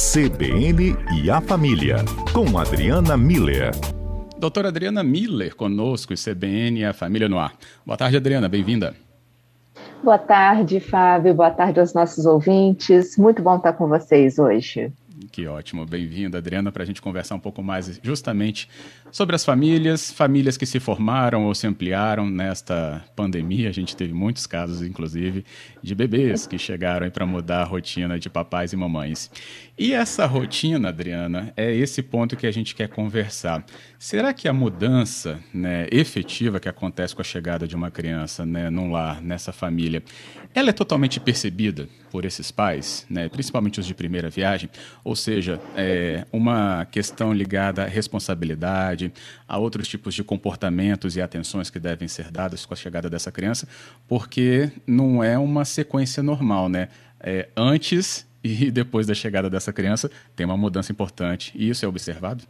CBN e a Família, com Adriana Miller. Doutora Adriana Miller conosco, CBN e a Família no ar. Boa tarde, Adriana, bem-vinda. Boa tarde, Fábio. Boa tarde aos nossos ouvintes. Muito bom estar com vocês hoje. Que ótimo, bem-vinda, Adriana, para a gente conversar um pouco mais justamente sobre as famílias que se formaram ou se ampliaram nesta pandemia. A gente teve muitos casos, inclusive, de bebês que chegaram para mudar a rotina de papais e mamães. E essa rotina, Adriana, é esse ponto que a gente quer conversar. Será que a mudança, efetiva que acontece com a chegada de uma criança, num lar, nessa família, ela é totalmente percebida por esses pais, principalmente os de primeira viagem? Ou seja, é uma questão ligada à responsabilidade, a outros tipos de comportamentos e atenções que devem ser dadas com a chegada dessa criança, porque não é uma sequência normal, antes e depois da chegada dessa criança tem uma mudança importante, e isso é observado?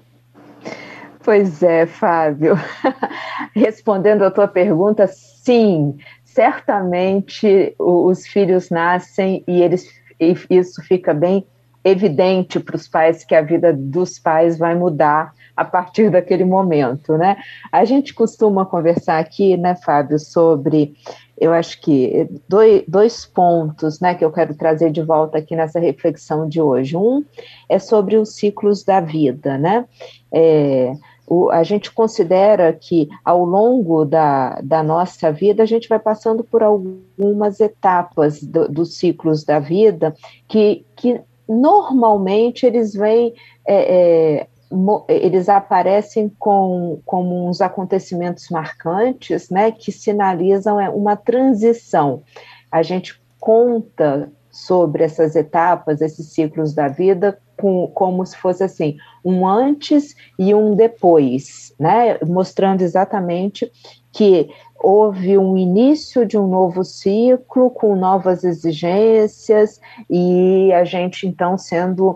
Pois é, Fábio. Respondendo a tua pergunta, sim, certamente os filhos nascem e isso fica bem evidente para os pais que a vida dos pais vai mudar a partir daquele momento, A gente costuma conversar aqui, Fábio, sobre, eu acho que dois pontos, que eu quero trazer de volta aqui nessa reflexão de hoje. Um é sobre os ciclos da vida, A gente considera que ao longo da nossa vida a gente vai passando por algumas etapas dos ciclos da vida que normalmente eles vêm, eles aparecem como uns acontecimentos marcantes, que sinalizam uma transição. A gente conta sobre essas etapas, esses ciclos da vida, como se fosse assim, um antes e um depois, mostrando exatamente que houve um início de um novo ciclo, com novas exigências, e a gente, então, sendo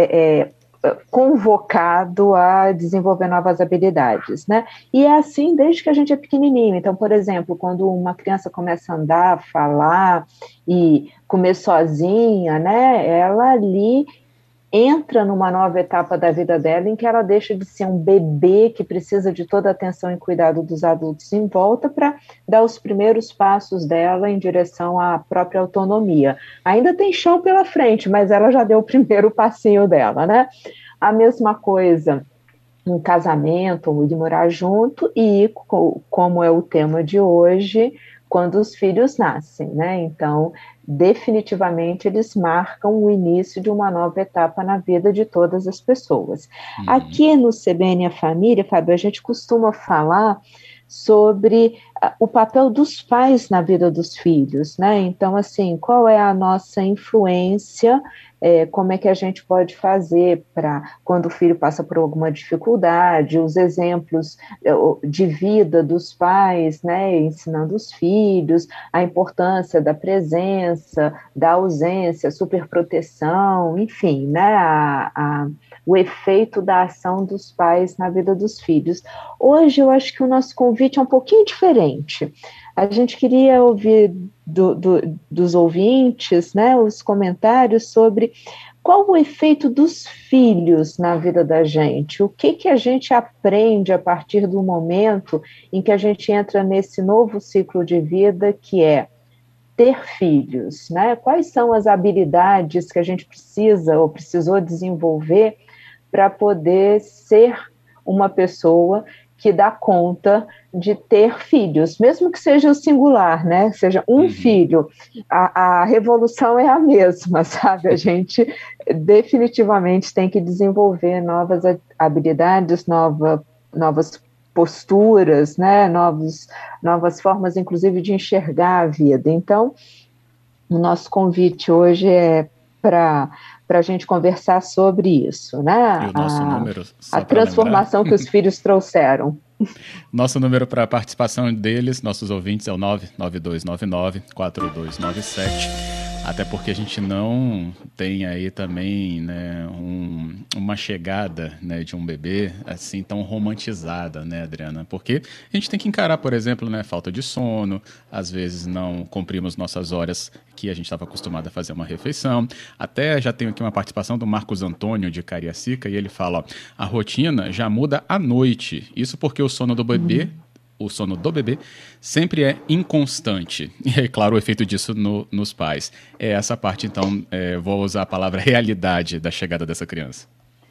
convocado a desenvolver novas habilidades, E é assim desde que a gente é pequenininho. Então, por exemplo, quando uma criança começa a andar, falar e comer sozinha, ela ali entra numa nova etapa da vida dela em que ela deixa de ser um bebê que precisa de toda a atenção e cuidado dos adultos em volta para dar os primeiros passos dela em direção à própria autonomia. Ainda tem chão pela frente, mas ela já deu o primeiro passinho dela, A mesma coisa um casamento, ou de morar junto, e como é o tema de hoje, quando os filhos nascem, Então, definitivamente, eles marcam o início de uma nova etapa na vida de todas as pessoas. Aqui no CBN e a Família, Fábio, a gente costuma falar sobre o papel dos pais na vida dos filhos, Então, assim, qual é a nossa influência, como é que a gente pode fazer para, quando o filho passa por alguma dificuldade, os exemplos de vida dos pais, ensinando os filhos, a importância da presença, da ausência, superproteção, enfim, o efeito da ação dos pais na vida dos filhos. Hoje eu acho que o nosso convite é um pouquinho diferente. A gente queria ouvir dos ouvintes, os comentários sobre qual o efeito dos filhos na vida da gente, o que a gente aprende a partir do momento em que a gente entra nesse novo ciclo de vida que é ter filhos, Quais são as habilidades que a gente precisa ou precisou desenvolver para poder ser uma pessoa que dá conta de ter filhos, mesmo que seja o singular, Seja um filho, a revolução é a mesma, sabe? A gente definitivamente tem que desenvolver novas habilidades, novas posturas, novas formas, inclusive, de enxergar a vida. Então, o nosso convite hoje é para a gente conversar sobre isso, E o nosso número, a transformação que os filhos trouxeram. Nosso número para a participação deles, nossos ouvintes, é o 99299-4297. Até porque a gente não tem aí também, né, uma chegada, né, de um bebê assim tão romantizada, né, Adriana? Porque a gente tem que encarar, por exemplo, né, falta de sono, às vezes não cumprimos nossas horas que a gente estava acostumado a fazer uma refeição. Até já tenho aqui uma participação do Marcos Antônio de Cariacica e ele fala, ó, a rotina já muda à noite. Isso porque o sono do bebê sempre é inconstante. E é claro o efeito disso nos pais. É essa parte, então, vou usar a palavra realidade da chegada dessa criança.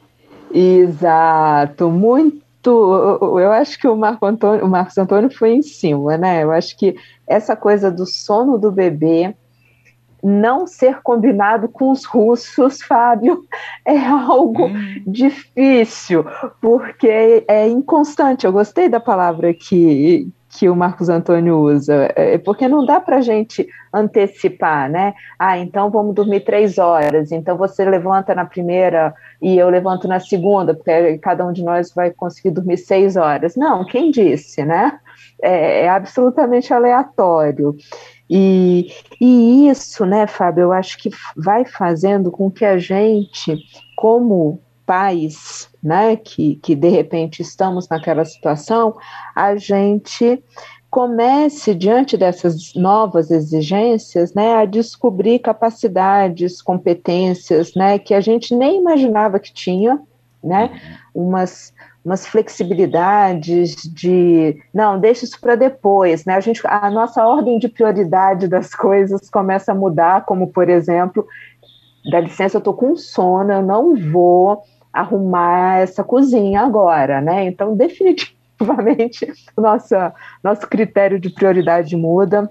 Exato, muito. Eu acho que o Marcos Antônio foi em cima, né? Eu acho que essa coisa do sono do bebê não ser combinado com os russos, Fábio, é algo difícil, porque é inconstante. Eu gostei da palavra que o Marcos Antônio usa, porque não dá para a gente antecipar, né? Ah, então vamos dormir 3 horas, então você levanta na primeira e eu levanto na segunda, porque cada um de nós vai conseguir dormir 6 horas. Não, quem disse, né? É absolutamente aleatório. E isso, né, Fábio, eu acho que vai fazendo com que a gente, como pais, né, que de repente estamos naquela situação, a gente comece, diante dessas novas exigências, né, a descobrir capacidades, competências, né, que a gente nem imaginava que tinha, né, umas flexibilidades de, não, deixa isso para depois, né? A nossa ordem de prioridade das coisas começa a mudar, como, por exemplo, dá licença, eu estou com sono, eu não vou arrumar essa cozinha agora, né? Então, definitivamente, o nosso critério de prioridade muda,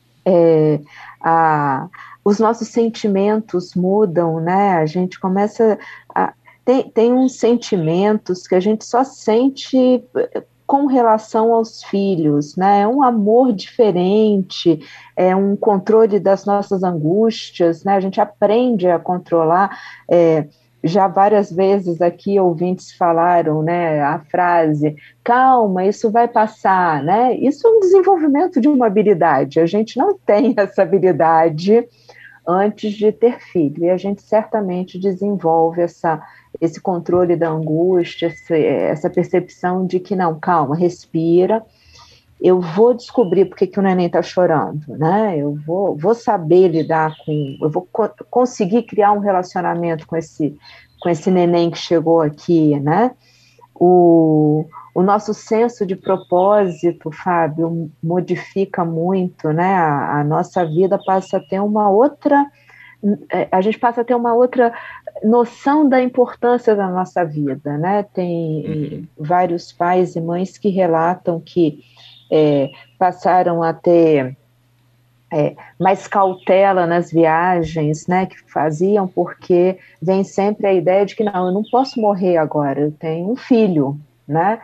os nossos sentimentos mudam, né? A gente começa a tem uns sentimentos que a gente só sente com relação aos filhos, né? É um amor diferente, é um controle das nossas angústias, né? A gente aprende a controlar. Já várias vezes aqui ouvintes falaram, né, a frase, calma, isso vai passar, né? Isso é um desenvolvimento de uma habilidade. A gente não tem essa habilidade antes de ter filho, e a gente certamente desenvolve esse controle da angústia, essa percepção de que, não, calma, respira, eu vou descobrir porque que o neném está chorando, né? Eu vou saber lidar eu vou conseguir criar um relacionamento com esse neném que chegou aqui, né? O nosso senso de propósito, Fábio, modifica muito, né? A nossa vida passa a ter a gente passa a ter uma outra noção da importância da nossa vida, né? Tem vários pais e mães que relatam que passaram a ter mais cautela nas viagens, né, que faziam, porque vem sempre a ideia de que não, eu não posso morrer agora, eu tenho um filho, né,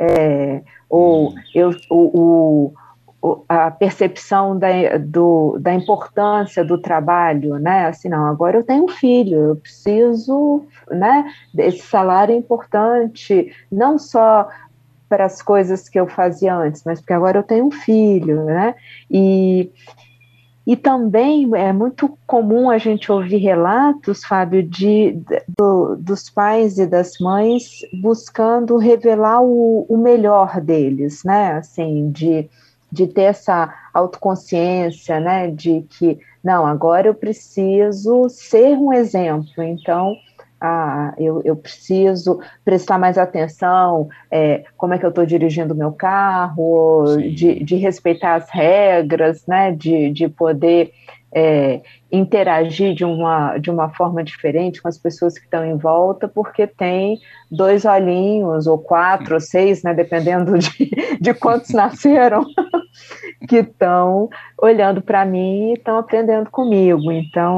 a percepção da importância do trabalho, né, assim, não, agora eu tenho um filho, eu preciso, né, esse salário é importante, não só para as coisas que eu fazia antes, mas porque agora eu tenho um filho, né, e também é muito comum a gente ouvir relatos, Fábio, dos pais e das mães buscando revelar o melhor deles, né? Assim, de ter essa autoconsciência, né? De que, não, agora eu preciso ser um exemplo, então eu preciso prestar mais atenção, como é que eu estou dirigindo o meu carro, de respeitar as regras, né, de poder interagir de uma forma diferente com as pessoas que estão em volta, porque tem 2 olhinhos, ou 4, ou 6, né, dependendo de quantos nasceram, que estão olhando para mim e estão aprendendo comigo. Então,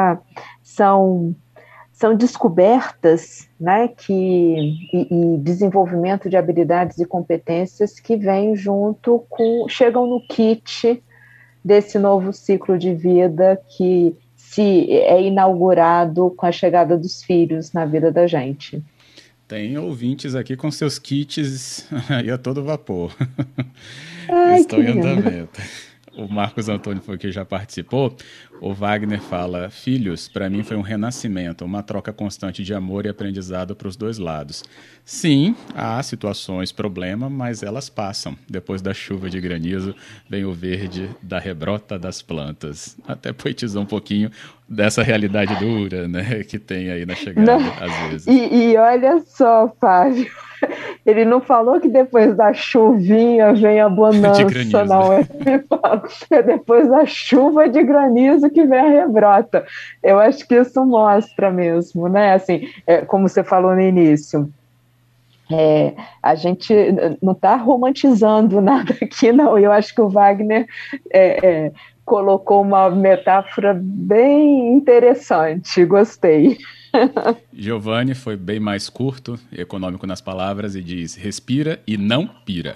são descobertas, né, e desenvolvimento de habilidades e competências que vêm chegam no kit desse novo ciclo de vida que se é inaugurado com a chegada dos filhos na vida da gente. Tem ouvintes aqui com seus kits aí a todo vapor. Ai, estão em andamento. O Marcos Antônio foi que já participou. O Wagner fala: filhos, para mim foi um renascimento, uma troca constante de amor e aprendizado para os dois lados. Sim, há situações, problema, mas elas passam. Depois da chuva de granizo, vem o verde da rebrota das plantas. Até poetizou um pouquinho dessa realidade dura, né, que tem aí na chegada, Não, às vezes. e olha só, Fábio, ele não falou que depois da chuvinha vem a De bonança, granizo. não. Ele fala, é depois da chuva de granizo que vem a rebrota. Eu acho que isso mostra mesmo, né? Assim, como você falou no início, a gente não está romantizando nada aqui, não. Eu acho que o Wagner colocou uma metáfora bem interessante, gostei. Giovanni foi bem mais curto, econômico nas palavras, e diz: respira e não pira.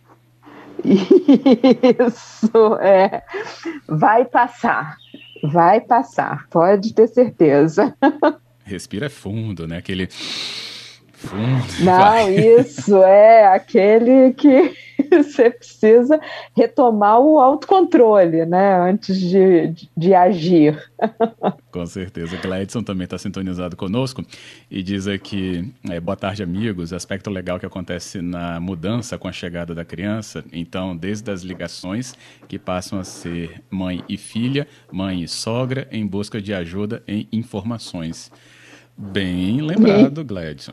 Isso, vai passar, pode ter certeza. Respira fundo, né? Aquele fundo. Não, Vai. isso é aquele que você precisa retomar o autocontrole, né, antes de agir. Com certeza. Gladson também está sintonizado conosco e diz aqui: boa tarde, amigos. Aspecto legal que acontece na mudança com a chegada da criança. Então, desde as ligações que passam a ser mãe e filha, mãe e sogra, em busca de ajuda em informações. Bem lembrado, Gladson.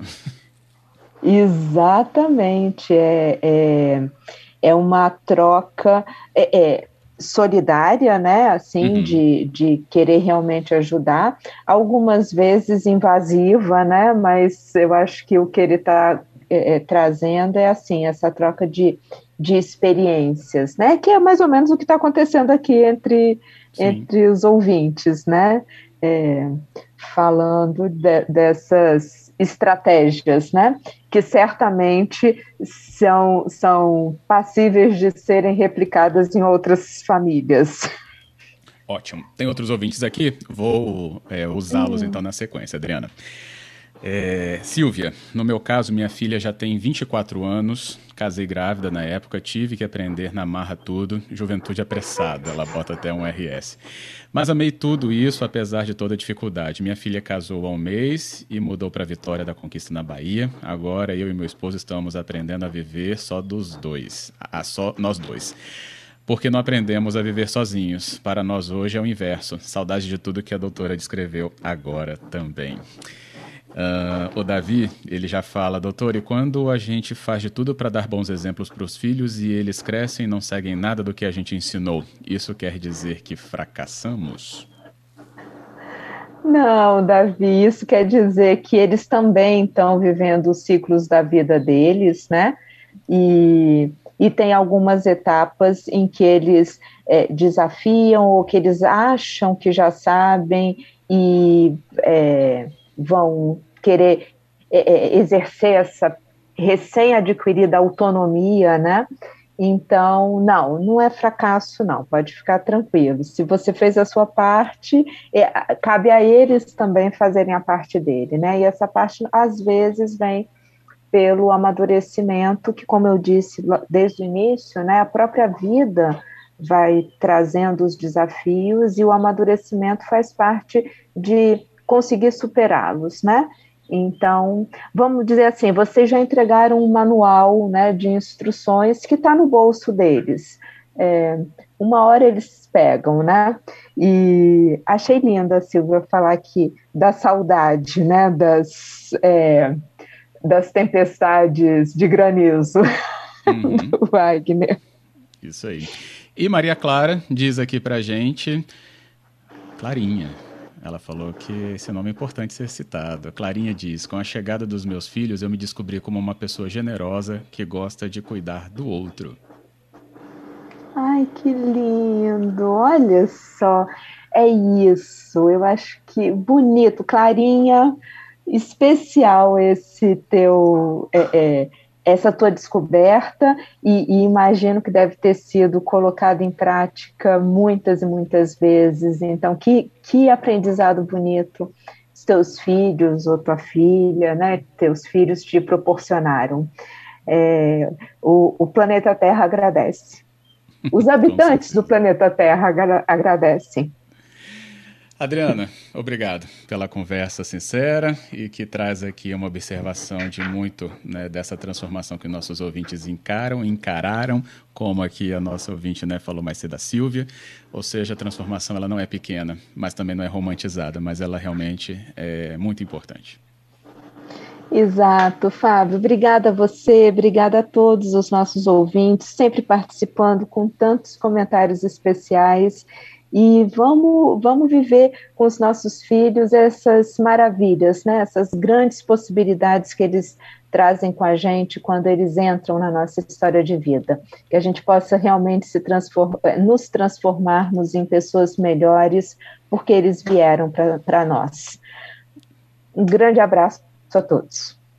Exatamente, é uma troca solidária, né, assim, de querer realmente ajudar, algumas vezes invasiva, né, mas eu acho que o que ele está trazendo é, assim, essa troca de experiências, né, que é mais ou menos o que está acontecendo aqui entre os ouvintes, né, falando dessas estratégias, né, que certamente são passíveis de serem replicadas em outras famílias. Ótimo. Tem outros ouvintes aqui, vou usá-los então na sequência, Adriana. Silvia, no meu caso, minha filha já tem 24 anos, casei grávida na época, tive que aprender na marra tudo, juventude apressada, ela bota até um RS. Mas amei tudo isso, apesar de toda a dificuldade. Minha filha casou há um mês e mudou para Vitória da Conquista na Bahia. Agora eu e meu esposo estamos aprendendo a viver só dos dois, só nós dois. Porque não aprendemos a viver sozinhos. Para nós hoje é o inverso. Saudade de tudo que a doutora descreveu agora também. O Davi, ele já fala: doutor, e quando a gente faz de tudo para dar bons exemplos para os filhos e eles crescem e não seguem nada do que a gente ensinou, isso quer dizer que fracassamos? Não, Davi, isso quer dizer que eles também estão vivendo os ciclos da vida deles, né? E tem algumas etapas em que eles desafiam ou que eles acham que já sabem e vão querer exercer essa recém-adquirida autonomia, né? Então, não é fracasso, não, pode ficar tranquilo. Se você fez a sua parte, cabe a eles também fazerem a parte dele, né? E essa parte, às vezes, vem pelo amadurecimento, que, como eu disse desde o início, né, a própria vida vai trazendo os desafios e o amadurecimento faz parte de conseguir superá-los, né? Então, vamos dizer assim, vocês já entregaram um manual, né, de instruções que está no bolso deles. Uma hora eles pegam, né? E achei linda, Silvia, falar aqui da saudade, né, das tempestades de granizo do Wagner. Isso aí. E Maria Clara diz aqui pra gente, Clarinha, ela falou que esse nome é importante ser citado. A Clarinha diz: com a chegada dos meus filhos, eu me descobri como uma pessoa generosa que gosta de cuidar do outro. Ai, que lindo! Olha só, é isso. Eu acho que bonito, Clarinha, especial esse teu, essa tua descoberta e imagino que deve ter sido colocado em prática muitas e muitas vezes. Então, que aprendizado bonito os teus filhos ou tua filha, né? Teus filhos te proporcionaram. O planeta Terra agradece. Os habitantes do planeta Terra agradecem. Adriana, obrigado pela conversa sincera e que traz aqui uma observação de muito, né, dessa transformação que nossos ouvintes encararam, como aqui a nossa ouvinte, né, falou mais cedo, a Silvia. Ou seja, a transformação ela não é pequena, mas também não é romantizada, mas ela realmente é muito importante. Exato, Fábio. Obrigada a você, obrigada a todos os nossos ouvintes, sempre participando com tantos comentários especiais. E vamos viver com os nossos filhos essas maravilhas, né? Essas grandes possibilidades que eles trazem com a gente quando eles entram na nossa história de vida. Que a gente possa realmente nos transformarmos em pessoas melhores, porque eles vieram para nós. Um grande abraço a todos.